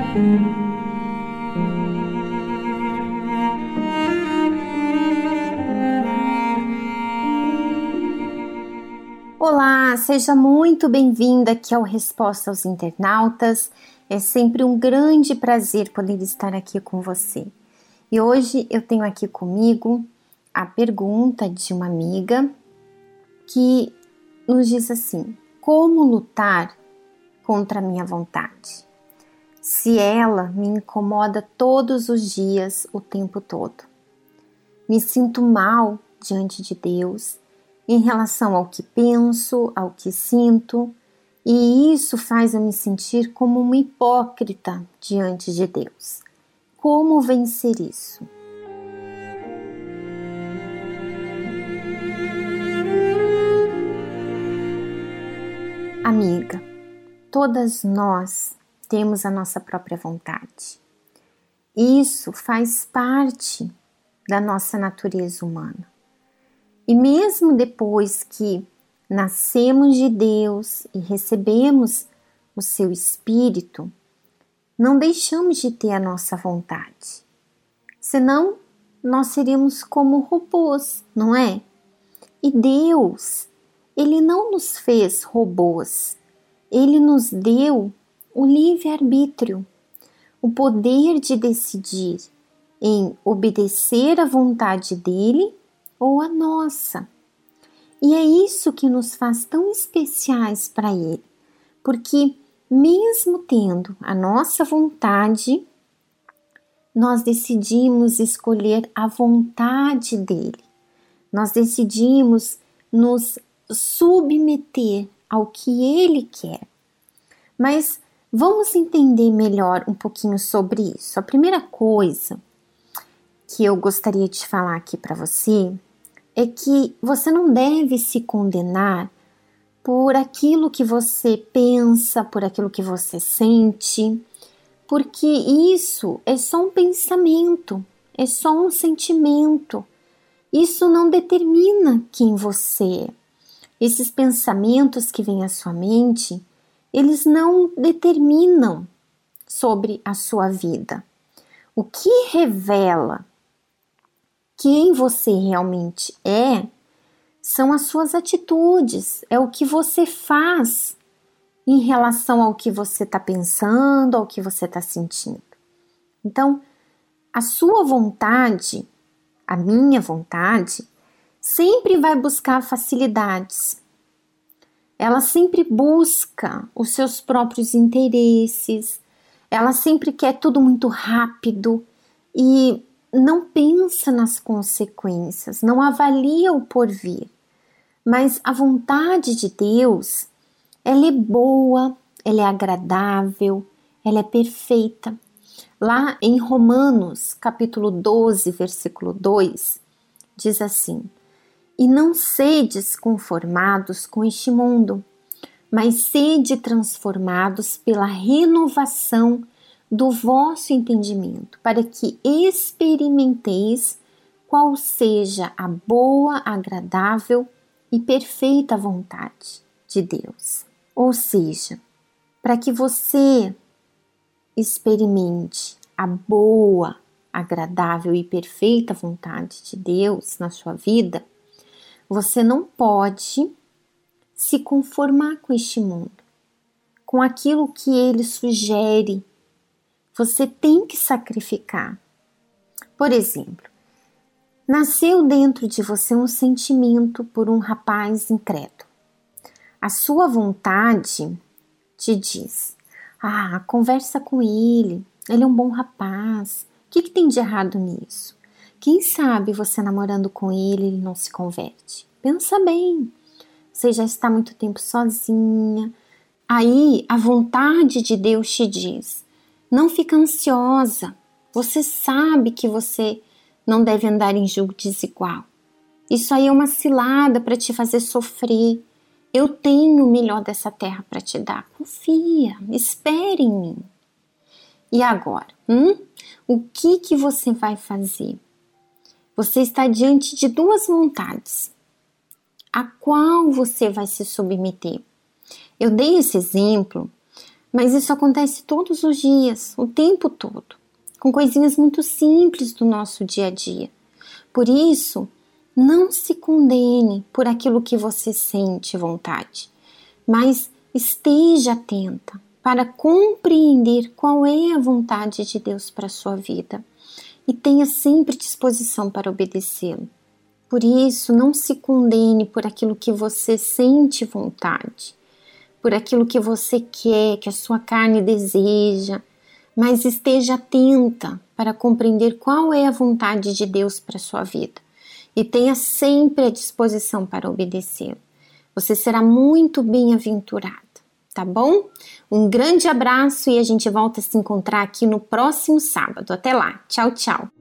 Olá, seja muito bem-vinda aqui ao Resposta aos Internautas. É sempre um grande prazer poder estar aqui com você. E hoje eu tenho aqui comigo a pergunta de uma amiga que nos diz assim: como lutar contra a minha vontade? Se ela me incomoda todos os dias, o tempo todo. Me sinto mal diante de Deus em relação ao que penso, ao que sinto, e isso faz eu me sentir como uma hipócrita diante de Deus. Como vencer isso? Amiga, todas nós temos a nossa própria vontade. Isso faz parte da nossa natureza humana. E mesmo depois que nascemos de Deus e recebemos o seu Espírito, não deixamos de ter a nossa vontade. Senão, nós seríamos como robôs, não é? E Deus, Ele não nos fez robôs. Ele nos deu o livre-arbítrio, o poder de decidir em obedecer à vontade dEle ou a nossa. E é isso que nos faz tão especiais para Ele, porque mesmo tendo a nossa vontade, nós decidimos escolher a vontade dEle. Nós decidimos nos submeter ao que Ele quer. Mas vamos entender melhor um pouquinho sobre isso. A primeira coisa que eu gostaria de falar aqui para você é que você não deve se condenar por aquilo que você pensa, por aquilo que você sente, porque isso é só um pensamento, é só um sentimento. Isso não determina quem você é. Esses pensamentos que vêm à sua mente, eles não determinam sobre a sua vida. O que revela quem você realmente é, são as suas atitudes, é o que você faz em relação ao que você está pensando, ao que você está sentindo. Então, a sua vontade, a minha vontade, sempre vai buscar facilidades. Ela sempre busca os seus próprios interesses, ela sempre quer tudo muito rápido e não pensa nas consequências, não avalia o porvir. Mas a vontade de Deus, ela é boa, ela é agradável, ela é perfeita. Lá em Romanos, capítulo 12, versículo 2, diz assim: e não sedes conformados com este mundo, mas sede transformados pela renovação do vosso entendimento, para que experimenteis qual seja a boa, agradável e perfeita vontade de Deus. Ou seja, para que você experimente a boa, agradável e perfeita vontade de Deus na sua vida, você não pode se conformar com este mundo, com aquilo que ele sugere. Você tem que sacrificar. Por exemplo, nasceu dentro de você um sentimento por um rapaz incrédulo. A sua vontade te diz: conversa com ele é um bom rapaz. O que tem de errado nisso? Quem sabe você namorando com ele não se converte? Pensa bem, você já está há muito tempo sozinha. Aí a vontade de Deus te diz: não fica ansiosa, você sabe que você não deve andar em julgo desigual. Isso aí é uma cilada para te fazer sofrer. Eu tenho o melhor dessa terra para te dar. Confia, espere em mim. E agora? O que você vai fazer? Você está diante de duas vontades. A qual você vai se submeter? Eu dei esse exemplo Mas isso acontece todos os dias, o tempo todo, com coisinhas muito simples do nosso dia a dia. Por isso, não se condene por aquilo que você sente vontade, mas esteja atenta para compreender qual é a vontade de Deus para a sua vida e tenha sempre disposição para obedecê-lo. Por isso, não se condene por aquilo que você sente vontade, por aquilo que você quer, que a sua carne deseja, mas esteja atenta para compreender qual é a vontade de Deus para a sua vida e tenha sempre a disposição para obedecê-lo. Você será muito bem-aventurado, tá bom? Um grande abraço e a gente volta a se encontrar aqui no próximo sábado. Até lá, tchau, tchau!